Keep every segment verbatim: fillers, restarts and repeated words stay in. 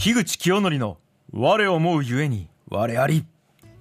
樋口清則の我思うゆえに我あり。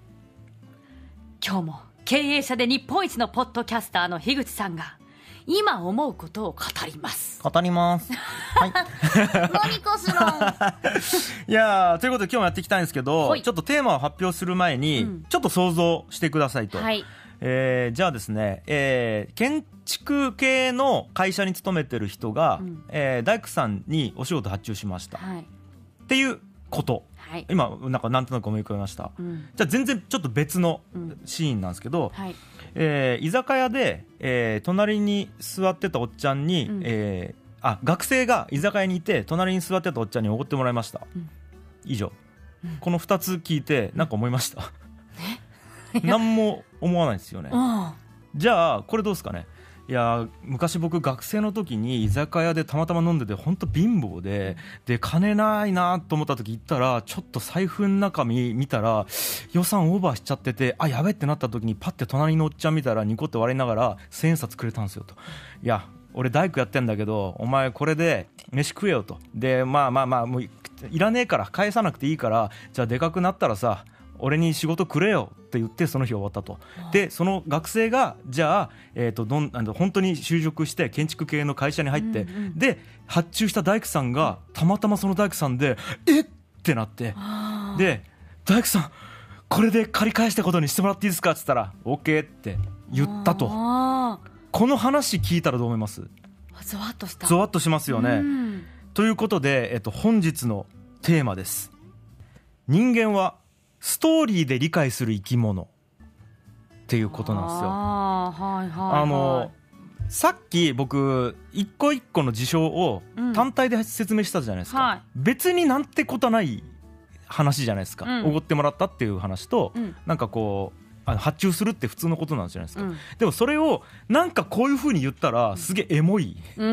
今日も経営者で日本一のポッドキャスターの樋口さんが今思うことを語ります。 語りますはい何かしらいやということで今日もやっていきたいんですけど、ちょっとテーマを発表する前に、うん、ちょっと想像してくださいと、はい、えー、じゃあですね、えー、建築系の会社に勤めてる人が、うん、えー、大工さんにお仕事発注しました、はい、っていうこと、はい、今なんかなんとなく思い浮かべました、うん、じゃあ全然ちょっと別のシーンなんですけど、うん、はい、えー、居酒屋で、えー、隣に座ってたおっちゃんに、うん、えー、あ学生が居酒屋にいて隣に座ってたおっちゃんにおごってもらいました、うん、以上、うん、このふたつ聞いて何か思いました、うん、何も思わないですよね。じゃあこれどうですかね。いや昔僕学生の時に居酒屋でたまたま飲んでて本当貧乏でで金ないなと思った時行ったらちょっと財布の中身見たら予算オーバーしちゃっててあやべってなった時にパッて隣のおっちゃん見たらニコって笑いながらせんえん札くれたんですよと。いや俺大工やってんだけどお前これで飯食えよと。でまあまあまあもういらねえから返さなくていいからじゃあでかくなったらさ俺に仕事くれよって言ってその日終わったと。でその学生がじゃあ、えー、とどんあの本当に就職して建築系の会社に入って、うんうん、で発注した大工さんがたまたまその大工さんでえっってなってで大工さんこれで借り返したことにしてもらっていいですかって言ったら OK って言ったと。この話聞いたらどう思います？ ゾワッとしたゾワッとしますよね、うん、ということで、えっと、本日のテーマです。人間はストーリーで理解する生き物っていうことなんですよ。あ、はいはいはい、あのさっき僕一個一個の事象を単体で説明したじゃないですか、うんはい、別になんてことはない話じゃないですか。おご、うん、ってもらったっていう話と、うん、なんかこうあの発注するって普通のことなんじゃないですか、うん、でもそれをなんかこういう風に言ったらすげえエモいでしょ、うん、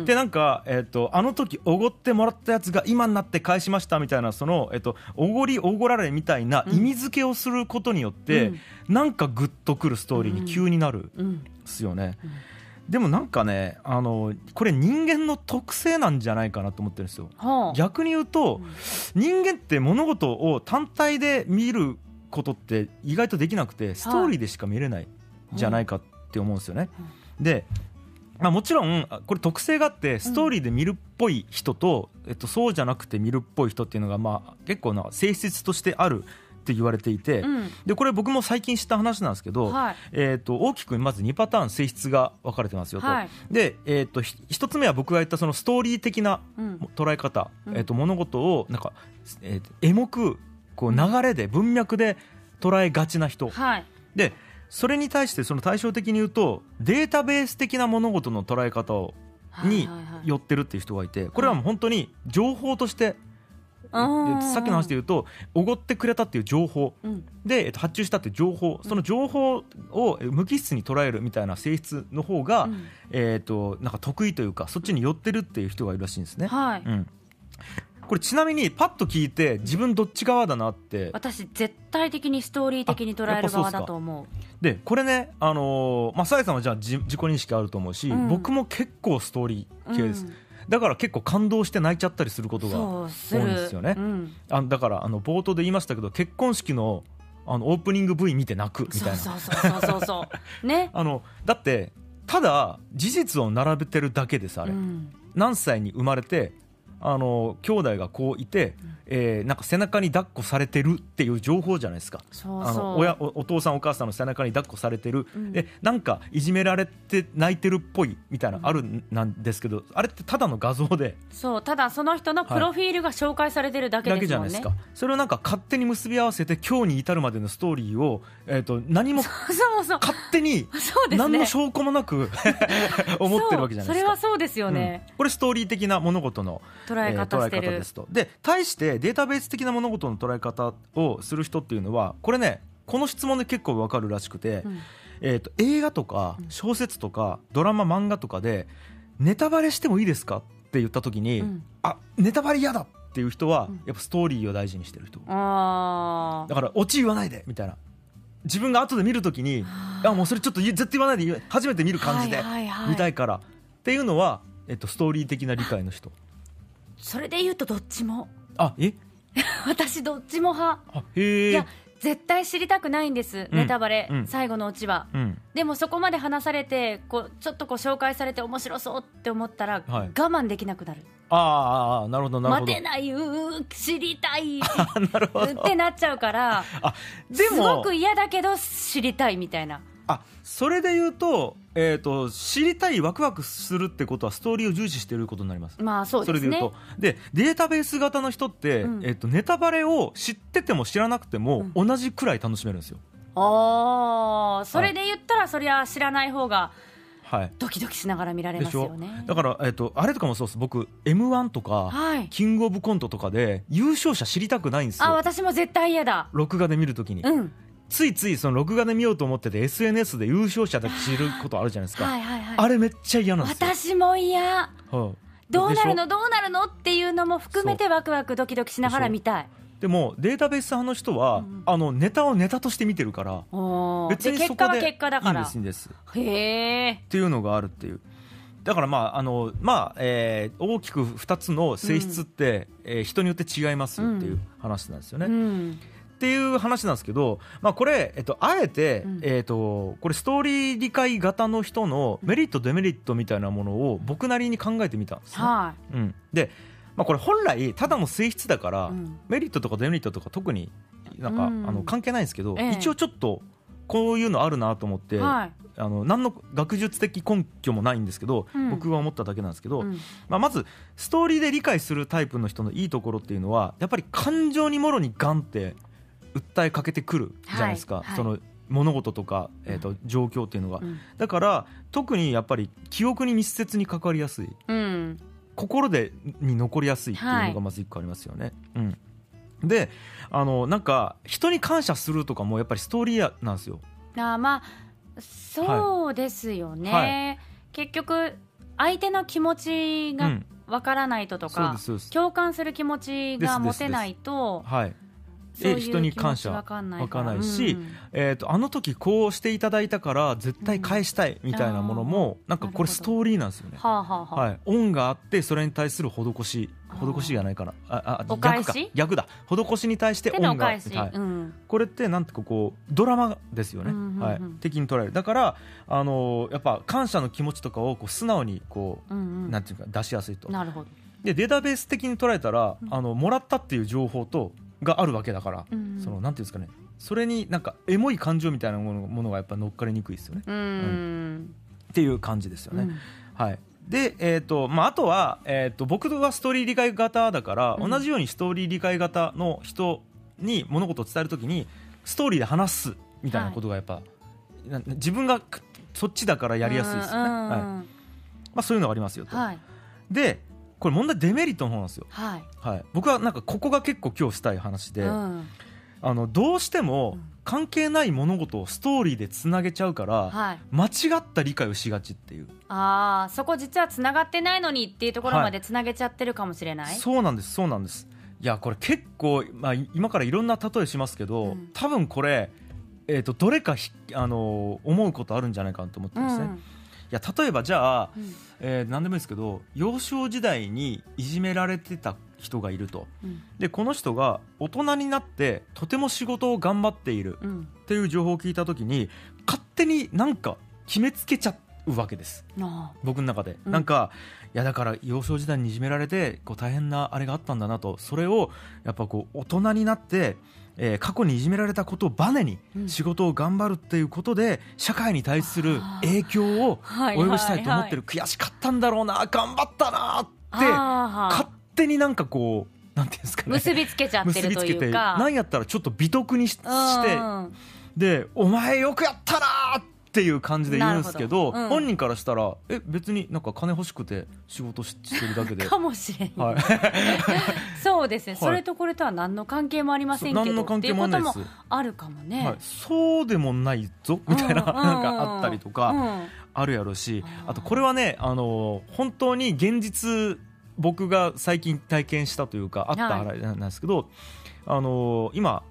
でなんか、えー、とあの時おごってもらったやつが今になって返しましたみたいなその、えー、とおごりおごられみたいな意味付けをすることによって、うん、なんかグッとくるストーリーに急になるんですよね、うんうん、でもなんかねあのこれ人間の特性なんじゃないかなと思ってるんですよ、はあ、逆に言うと、うん、人間って物事を単体で見ることって意外とできなくてストーリーでしか見れないじゃないかって思うんですよね、はい、で、まあ、もちろんこれ特性があってストーリーで見るっぽい人と、うんえっと、そうじゃなくて見るっぽい人っていうのが、まあ、結構な性質としてあるって言われていて、うん、でこれ僕も最近知った話なんですけど、はいえー、と大きくまずにパターン性質が分かれてますよと、はいでえー、とひとつめは僕が言ったそのストーリー的な捉え方、うんえー、と物事をなんか、えー、とエモくこう流れで文脈で捉えがちな人、はい、でそれに対してその対照的に言うとデータベース的な物事の捉え方をに寄ってるっていう人がいて、これはもう本当に情報としてさっきの話で言うとおごってくれたっていう情報、うん、で、えっと、発注したっていう情報、その情報を無機質に捉えるみたいな性質の方が、うんえー、となんか得意というかそっちに寄ってるっていう人がいるらしいんですね、はいうんこれちなみにパッと聞いて自分どっち側だなって。 私絶対的にストーリー的に捉える側だと思う。 でこれねあのーまあ、さやさんはじゃあ自己認識あると思うし、うん、僕も結構ストーリー系です、うん、だから結構感動して泣いちゃったりすることが多いんですよね、うん、あだからあの冒頭で言いましたけど結婚式のあのオープニング ブイ 見て泣くみたいな。 そうそうそうそうそうねあのだってただ事実を並べてるだけですあれ、うん、何歳に生まれてあの兄弟がこういて、うんえー、なんか背中に抱っこされてるっていう情報じゃないですか。そうそうあの 親 お, お父さんお母さんの背中に抱っこされてる、うん、でなんかいじめられて泣いてるっぽいみたいなのあるなんですけど、うん、あれってただの画像でそうただその人のプロフィールが紹介されてるだけですもんね、はい、だけじゃないですか。それをなんか勝手に結び合わせて今日に至るまでのストーリーを、えー、と何も勝手に何の証拠もなく思ってるわけじゃないですか。 それはそうですよね、 うん、これストーリー的な物事の捉え方してる、えー、捉え方ですと。で対してデータベース的な物事の捉え方をする人っていうのはこれねこの質問で結構分かるらしくて、うんえー、と映画とか小説とかドラマ漫画とかでネタバレしてもいいですかって言った時に、うん、あネタバレ嫌だっていう人はやっぱストーリーを大事にしてる人、うん、あだからオチ言わないでみたいな、自分が後で見る時にあもうそれちょっと絶対言わないで初めて見る感じで見たいから、はいはいはい、っていうのは、えっと、ストーリー的な理解の人。 それで言うとどっちもあえ私どっちも派。 あへえ。 いや絶対知りたくないんです、 うんネタバレ、 うん、 最後のオチは、 うん、 でもそこまで話されてこうちょっとこう紹介されて面白そうって思ったら、 はい、 我慢できなくなる。 ああなるほどなるほど。 待てない、う知りたいなるほどってなっちゃうからあでもすごく嫌だけど知りたいみたいな。 あそれで言うと、えーと、知りたいワクワクするってことはストーリーを重視していることになります。 まあそうですね。 それで言うとでデータベース型の人って、うんえーと、ネタバレを知ってても知らなくても、うん、同じくらい楽しめるんですよ。 あそれで言ったら、はい、そりゃ知らない方がはい、 ドキドキしながら見られますよね。 だから、えーと、あれとかもそうです。僕 エムワン とか、はい、キングオブコントとかで優勝者知りたくないんですよ。 あ私も絶対嫌だ。 録画で見るときに、うんついついその録画で見ようと思ってて エスエヌエス で優勝者だけ知ることあるじゃないですか。はいはいはい、あれめっちゃ嫌なんですよ。 私も嫌、はあ、どうなるのどうなるのっていうのも含めてワクワクドキドキしながら見たい。 でもデータベース派の人は、うん、あのネタをネタとして見てるから別にそこでいいんですいいんですへーっていうのがあるっていう。だからまああの、まあえー、大きくふたつの性質って、うんえー、人によって違いますよっていう話なんですよね、うんうんっていう話なんですけど、まあ、これ、えっと、あえて、うんえっと、これストーリー理解型の人のメリットデメリットみたいなものを僕なりに考えてみたんですね、はいうん、で、まあ、これ本来ただの性質だから、うん、メリットとかデメリットとか特になんか、うん、あの関係ないんですけど、ええ、一応ちょっとこういうのあるなと思って、はい、あの何の学術的根拠もないんですけど、うん、僕は思っただけなんですけど、うんまあ、まずストーリーで理解するタイプの人のいいところっていうのはやっぱり感情にもろにガンって訴えかけてくるじゃないですか、はいはい、その物事とか、えーと、状況っていうのが、うん、だから特にやっぱり記憶に密接に関わりやすい、うん、心でに残りやすいっていうのがまずいっこありますよね、はいうん、であのなんか人に感謝するとかもやっぱりストーリーなんですよ。 あまあそうですよね、はい、結局相手の気持ちがわからないととか、うん、共感する気持ちが持てないとはいえ人に感謝わかんないし、うんえー、とあの時こうしていただいたから絶対返したいみたいなものも、うん、なんかこれストーリーなんですよね、はあはあはい、恩があってそれに対する施し施しがないかなああお返し逆か逆だ施しに対して恩があって、はいうん、これってなんていうかこうドラマですよね、うんうんうんはい、的に捉える。だからあのー、やっぱ感謝の気持ちとかをこう素直にこう、うんうん、なんていうか出しやすいと。なるほど。でデータベース的に捉えたら、うん、あのもらったっていう情報とがあるわけだから、うん、そのなんていうんですかね、それになんかエモい感情みたいなもの、ものがやっぱ乗っかりにくいですよね、うんうん、っていう感じですよね、うんはいでえーとまあ、あとは、えーと僕はストーリー理解型だから、うん、同じようにストーリー理解型の人に物事を伝えるときにストーリーで話すみたいなことがやっぱ、はい、自分がそっちだからやりやすいですよね、はいまあ、そういうのがありますよと、はい、でこれ問題デメリットの方なんですよ、はいはい、僕はなんかここが結構今日したい話で、うん、あのどうしても関係ない物事をストーリーでつなげちゃうから、はい、間違った理解をしがちっていう。 あそこ実はつながってないのにっていうところまでつなげちゃってるかもしれない、はい、 そうなんですそうなんです。いやこれ結構、まあ、今からいろんな例えしますけど、うん、多分これ、えーと、どれかひあの思うことあるんじゃないかなと思ってますね、うんいや例えばじゃあ、うんえー、何でもいいですけど幼少時代にいじめられてた人がいると、うん、でこの人が大人になってとても仕事を頑張っているっていう情報を聞いた時に勝手になんか決めつけちゃうわけです、僕の中で、うん、なんかいやだから幼少時代にいじめられてこう大変なあれがあったんだなと、それをやっぱこう大人になってえー、過去にいじめられたことをバネに仕事を頑張るっていうことで社会に対する影響を及ぼしたいと思ってる、悔しかったんだろうな頑張ったなって勝手になんかこうなんていうんですかね結びつけちゃってるというか、 なんやったらちょっと美徳に し, してでお前よくやったなっていう感じで言うんですけど、うん、本人からしたらえ別になんか金欲しくて仕事 し, してるだけでかもしれない、はい、そうですね、はい、それとこれとは何の関係もありませんけど何の関係もないですっていうこともあるかもね、 はい、そうでもないぞみたいな、うん、なんかあったりとか、うん、あるやろし、あとこれはねあの本当に現実僕が最近体験したというかあった話なんですけど、はい、あの今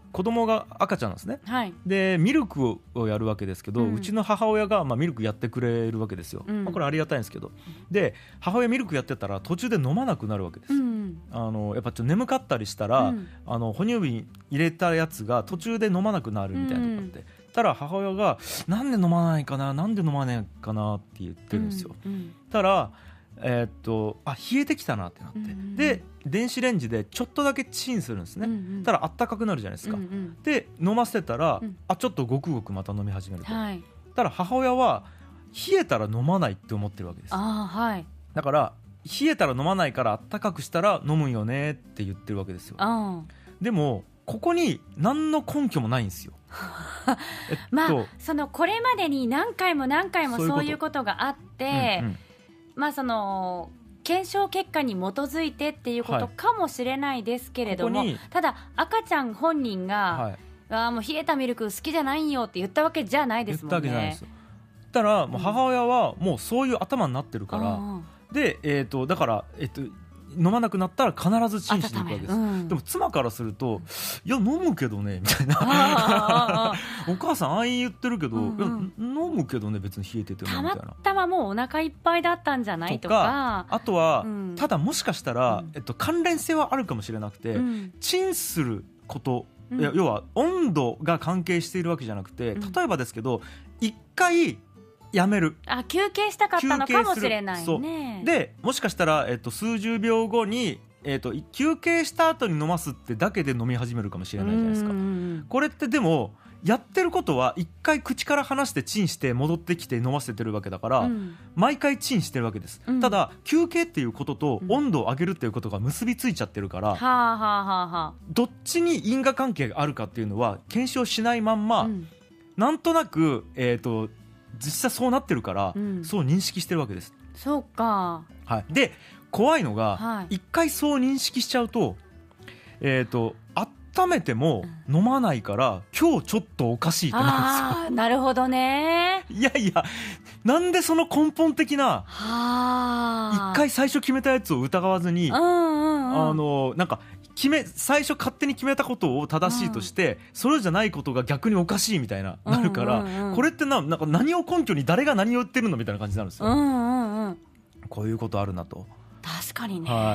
子供が赤ちゃんなんですね、 はい、 でミルクをやるわけですけど、 うん、 うちの母親が、まあ、ミルクやってくれるわけですよ、うんまあ、これありがたいんですけど、で母親ミルクやってたら途中で飲まなくなるわけです、うん、あのやっぱちょっと眠かったりしたら、うん、あの哺乳瓶入れたやつが途中で飲まなくなるみたいなとこあって、うん、たら母親がなんで飲まないかななんで飲まないかなって言ってるんですよ、うんうん、たらえー、っとあ冷えてきたなってなって、うんうん、で電子レンジでちょっとだけチンするんですね、うんうん、ただあったかくなるじゃないですか、うんうん、で飲ませたら、うん、あちょっとごくごくまた飲み始めると、はい、ただ母親は冷えたら飲まないって思ってるわけです。 あ、はい、 だから冷えたら飲まないからあったかくしたら飲むよねって言ってるわけですよ。 あでもここに何の根拠もないんですよえっと、まあそのこれまでに何回も何回もそういうことがあって、うんうん、まあその検証結果に基づいてっていうことかもしれないですけれども、はい、ただ赤ちゃん本人が、はい、あもう冷えたミルク好きじゃないよって言ったわけじゃないですもんね。 言ったわけじゃないですよ。だからもう母親はもうそういう頭になってるから、うん、で、えーと、だから、えーと飲まなくなったら必ずチンしていくわけです、うん、でも妻からするといや飲むけどねみたいなお母さんああ言ってるけど、うんうん、いや飲むけどね別に冷えててもみたいな、 たまたまもうお腹いっぱいだったんじゃないとか、とかあとは、うん、ただもしかしたら、えっと、関連性はあるかもしれなくて、うん、チンすること、うん、要は温度が関係しているわけじゃなくて、例えばですけど一回やめる、 あ休憩したかったのかもしれないね。 でもしかしたら、えっと、数十秒後に、えっと、休憩した後に飲ますってだけで飲み始めるかもしれないじゃないですか。これってでもやってることは一回口から離してチンして戻ってきて飲ませてるわけだから、うん、毎回チンしてるわけです、うん、ただ休憩っていうことと温度を上げるっていうことが結びついちゃってるから、うん、どっちに因果関係があるかっていうのは検証しないまんま、うん、なんとなく、えーと実際そうなってるから、うん、そう認識してるわけです。 そうか、 はい、で怖いのが、はい、一回そう認識しちゃうと、えーと温めても飲まないから、うん、今日ちょっとおかしいってなるんですよ。 あなるほどね。 いやいやなんでその根本的な一回最初決めたやつを疑わずに、うんうんうん、あのなんか決め最初勝手に決めたことを正しいとして、うん、それじゃないことが逆におかしいみたいな、なるから、うんうんうん、これってな、なんか何を根拠に誰が何を言ってるのみたいな感じになるんですよ、 うんうんうん、 こういうことあるなと。 確かにね、 はい、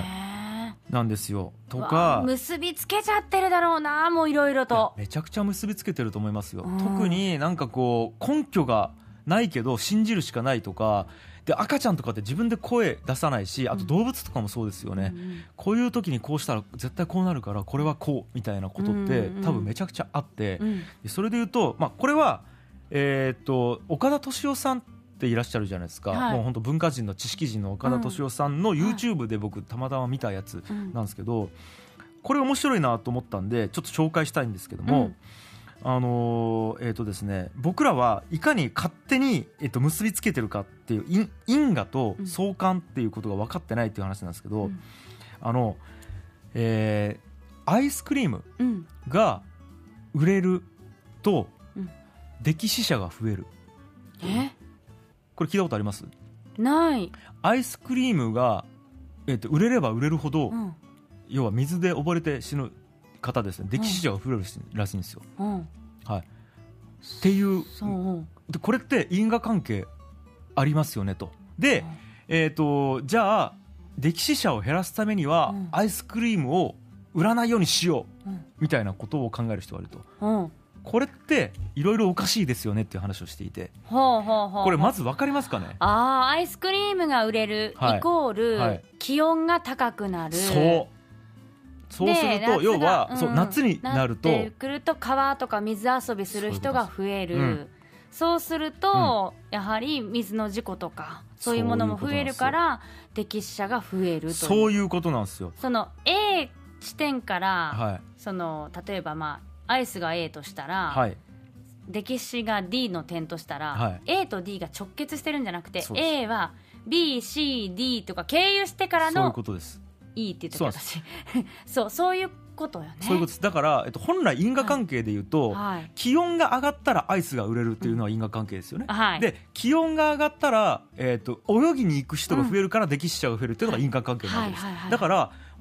なんですよ。とか結びつけちゃってるだろうな、もういろいろとめちゃくちゃ結びつけてると思いますよ、うん、特になんかこう根拠がないけど信じるしかないとかで、赤ちゃんとかって自分で声出さないし、あと動物とかもそうですよね、うん、こういう時にこうしたら絶対こうなるからこれはこうみたいなことって多分めちゃくちゃあって、うんうん、それでいうと、まあ、これは、えー、っと岡田敏夫さんっていらっしゃるじゃないですか、はい、もう本当文化人の知識人の岡田敏夫さんの YouTube で僕たまたま見たやつなんですけど、これ面白いなと思ったんでちょっと紹介したいんですけども、うんあのーえーとですね、僕らはいかに勝手に、えー、と結びつけてるかっていう因、因果と相関っていうことが分かってないっていう話なんですけど、うん、あの、えー、アイスクリームが売れると、うん、溺死者が増える。 え？ これ聞いたことあります？ ない。 アイスクリームが、えー、と売れれば売れるほど、うん、要は水で溺れて死ぬ方ですね、溺死者が増えるらしいんですよ、うんはい、っていうでこれって因果関係ありますよねと。で、うんえー、とじゃあ溺死者を減らすためには、うん、アイスクリームを売らないようにしよう、うん、みたいなことを考える人がいると、うん、これっていろいろおかしいですよねっていう話をしていて、 ほうほうほう、 これまず分かりますかね。 あアイスクリームが売れる、はい、イコール、はい、気温が高くなる。 そうそうすると要は、うん、そう夏になるとなってくると川とか水遊びする人が増える。 そう、うん、そうすると、うん、やはり水の事故とかそういうものも増えるから溺死者が増えるという、 そういうことなんですよ。 その A 地点から、はい、その例えば、まあ、アイスが A としたら、はい、溺死が D の点としたら、はい、A と D が直結してるんじゃなくて A は ビーシーディー とか経由してからのそういうことです。 いいって言ってた私そうそういうことよね。 そういうことです。だから、えっと、本来因果関係でいうと、はい、気温が上がったらアイスが売れるっていうのは因果関係ですよね、うんはい、で気温が上がったら、えー、と泳ぎに行く人が増えるから溺死者が増えるっていうのが因果関係なんです。だから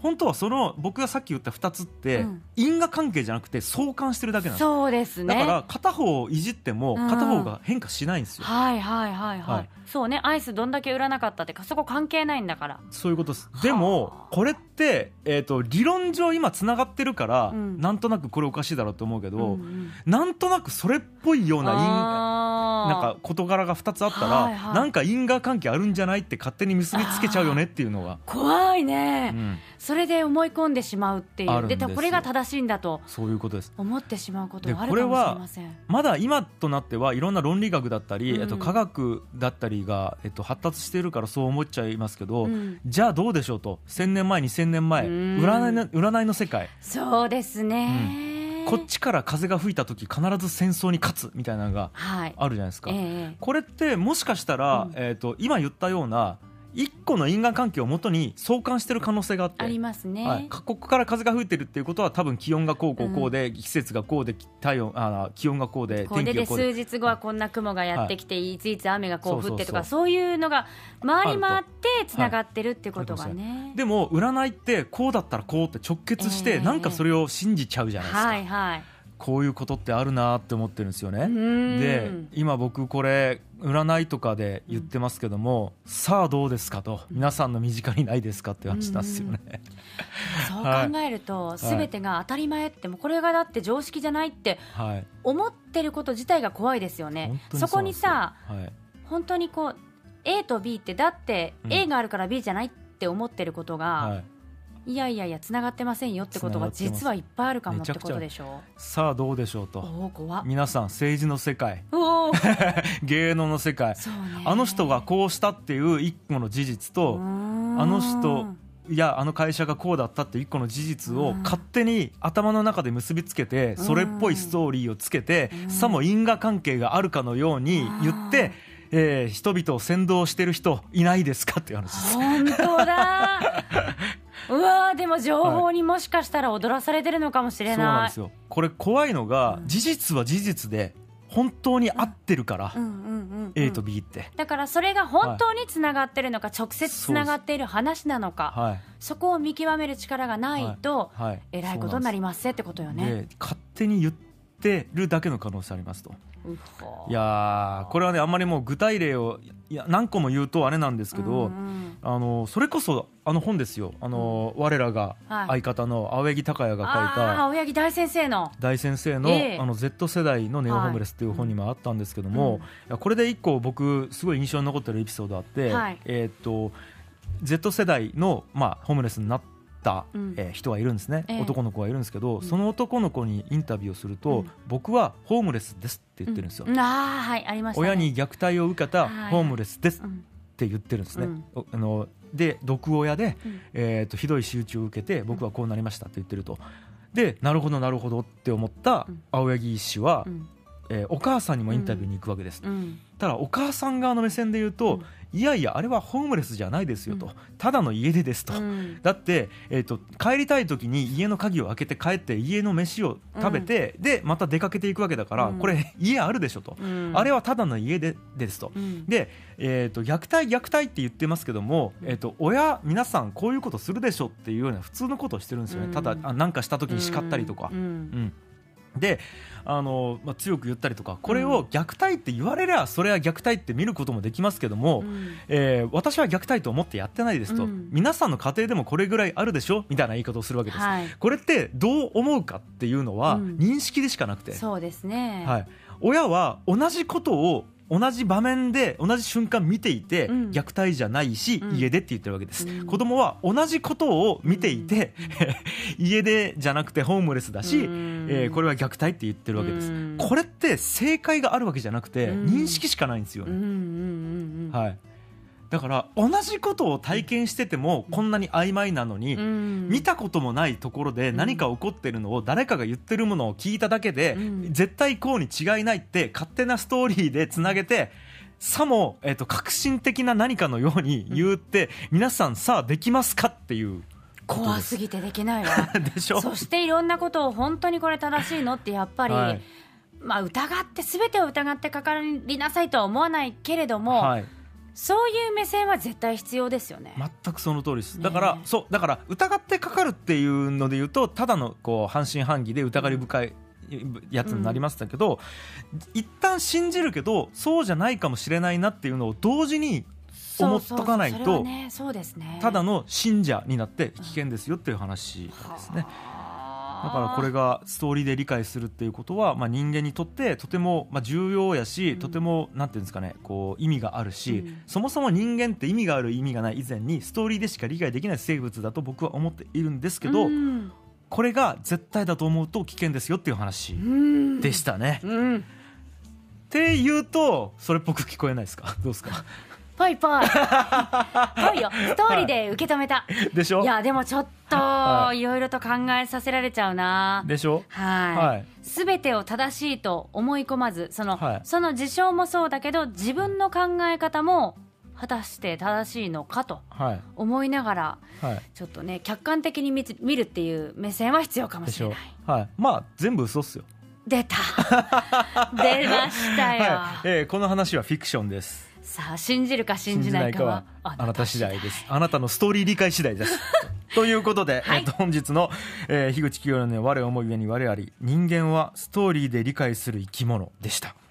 本当はその僕がさっき言ったふたつって、うん、因果関係じゃなくて相関してるだけなんです。 そうですね。 だから片方をいじっても片方が変化しないんですよ、 うん、はいはいはいはい、はい、そうね。アイスどんだけ売らなかったってそこ関係ないんだから。 そういうことです。でもこれって、えーと、理論上今つながってるから、うん、なんとなくこれおかしいだろうと思うけど、うんうん、なんとなくそれっぽいような因なんか事柄がふたつあったら、はいはい、なんか因果関係あるんじゃないって勝手に結びつけちゃうよねっていうのが怖いね、うん、それで思い込んでしまうっていう。でこれが正しいんだとそういうことです。 思ってしまうことがあるかもしれません。 これはまだ今となってはいろんな論理学だったり、うん、えっと、科学だったりが、えっと、発達しているからそう思っちゃいますけど、うん、じゃあどうでしょうと。せんねんまえにせんねんまえ、うん、占いの、占いの世界。 そうですね、 うん、こっちから風が吹いた時必ず戦争に勝つみたいなのがあるじゃないですか、はい、えー、これってもしかしたら、うん、えーと、今言ったような一個の因果関係をもとに相関してる可能性があって、 ありますね、 はい、ここから風が吹いてるっていうことは多分気温がこうこうこうで、うん、季節がこうで体温あ気温がこうでこうで天気がこうで数日後はこんな雲がやってきて、はい、いついつ雨がこう降ってとか、そういうのが回り回ってつながってるってことがね、 はい、でも占いってこうだったらこうって直結して、えー、なんかそれを信じちゃうじゃないですか、 はいはい、 こういうことってあるなって思ってるんですよね。で今僕これ占いとかで言ってますけども、うん、さあどうですかと、皆さんの身近にないですかって話なんですよね。 そう考えると、はい、全てが当たり前って、もうこれがだって常識じゃないって思ってること自体が怖いですよね、はい、そこにさ、はい、本当にこう A と B ってだって A があるから B じゃないって思ってることが、はい、いやいやいやつながってませんよってことが実はいっぱいあるかもってことでしょう。 さあどうでしょうと。 お怖っ。 皆さん政治の世界芸能の世界、あの人がこうしたっていう一個の事実と、あの人いやあの会社がこうだったって一個の事実を勝手に頭の中で結びつけて、それっぽいストーリーをつけて、さも因果関係があるかのように言って、えー、人々を扇動してる人いないですかっていう話です。 本当だうわでも情報にもしかしたら踊らされてるのかもしれない、はい、そうなんですよ。 これ怖いのが、うん、事実は事実で本当に合ってるから、うんうんうんうん、A と B ってだからそれが本当につながってるのか、はい、直接つながっている話なのか、はい、そこを見極める力がないと、はいはい、えらいことになりますってことよね。 で勝手に言ってるだけの可能性ありますと。いやこれはねあんまりもう具体例をいや何個も言うとあれなんですけど、うんうん、あのそれこそあの本ですよ、あの、うん、我らが相方の青柳孝也が書いた、 青柳大先生の大先生の、えー、あの Z 世代のネオホームレスっていう本にもあったんですけども、はい、これで一個僕すごい印象に残ってるエピソードあって、はい、えー、っと Z 世代の、まあ、ホームレスになってうん、えー、人がいるんですね、えー、男の子がいるんですけど、うん、その男の子にインタビューをすると、うん、僕はホームレスですって言ってるんですよ、 うん、あ、はい、ありましたね。 親に虐待を受けたホームレスですって言ってるんですね、うん、あので毒親で、うん、えー、とひどい仕打ちを受けて僕はこうなりましたって言ってると。でなるほどなるほどって思った青柳医師は、うん、えー、お母さんにもインタビューに行くわけです、うん、ただお母さん側の目線で言うと、うん、いやいやあれはホームレスじゃないですよと、うん、ただの家出ですと、うん、だって、えーと、帰りたい時に家の鍵を開けて帰って家の飯を食べて、うん、でまた出かけていくわけだから、うん、これ家あるでしょと、うん、あれはただの家出ですと、うん、で、えーと、虐待虐待って言ってますけども、えーと、親皆さんこういうことするでしょっていうような普通のことをしてるんですよね、うん、ただあなんかした時に叱ったりとか、うんうんであの、まあ、強く言ったりとか、これを虐待って言われりゃそれは虐待って見ることもできますけども、うん、えー、私は虐待と思ってやってないですと、うん、皆さんの家庭でもこれぐらいあるでしょみたいな言い方をするわけです、はい、これってどう思うかっていうのは認識でしかなくて、うん、 そうですね、 はい、親は同じことを同じ場面で同じ瞬間見ていて、うん、虐待じゃないし、うん、家出って言ってるわけです、うん、子供は同じことを見ていて、うん、家出じゃなくてホームレスだし、うん、えー、これは虐待って言ってるわけです、うん、これって正解があるわけじゃなくて、うん、認識しかないんですよね、うんうんうんうん、はい、だから同じことを体験しててもこんなに曖昧なのに、うん、見たこともないところで何か起こってるのを誰かが言ってるものを聞いただけで、うん、絶対こうに違いないって勝手なストーリーでつなげて、さも、えーと、革新的な何かのように言って、うん、皆さんさあできますかっていう怖すぎてできないわでしょ。 そしていろんなことを本当にこれ正しいのってやっぱり、はい、まあ、疑って全てを疑ってかかりなさいとは思わないけれども、はい、 そういう目線は絶対必要ですよね。 全くその通りです。だから、そうだから疑ってかかるっていうので言うと、ただのこう半信半疑で疑り深いやつになりましたけど、うん、一旦信じるけどそうじゃないかもしれないなっていうのを同時に思っとかないと、ただの信者になって危険ですよっていう話ですね。だからこれがストーリーで理解するっていうことは、まあ、人間にとってとてもまあ重要やし、とてもなんていうんですかね、こう意味があるし、うん、そもそも人間って意味がある意味がない以前にストーリーでしか理解できない生物だと僕は思っているんですけど、うん、これが絶対だと思うと危険ですよっていう話でしたね、うんうん、っていうとそれっぽく聞こえないですか？どうですか？ ぽいぽいぽいよ、ストーリーで受け止めたでしょ。 いやでもちょっといろいろと考えさせられちゃうなでしょ。 はい、はい、全てを正しいと思い込まず、その、はい、その事象もそうだけど自分の考え方も果たして正しいのかと思いながら、はいはい、ちょっとね客観的に 見, 見るっていう目線は必要かもしれない。 はい、まあ全部嘘っすよ。 出た出ましたよ、 はいえー、この話はフィクションです。 さあ信じるか信じないかはあなた次第です。あなたのストーリー理解次第ですということで、はいえー、と本日の、えー、樋口清則の我思うゆえに我あり、人間はストーリーで理解する生き物でした。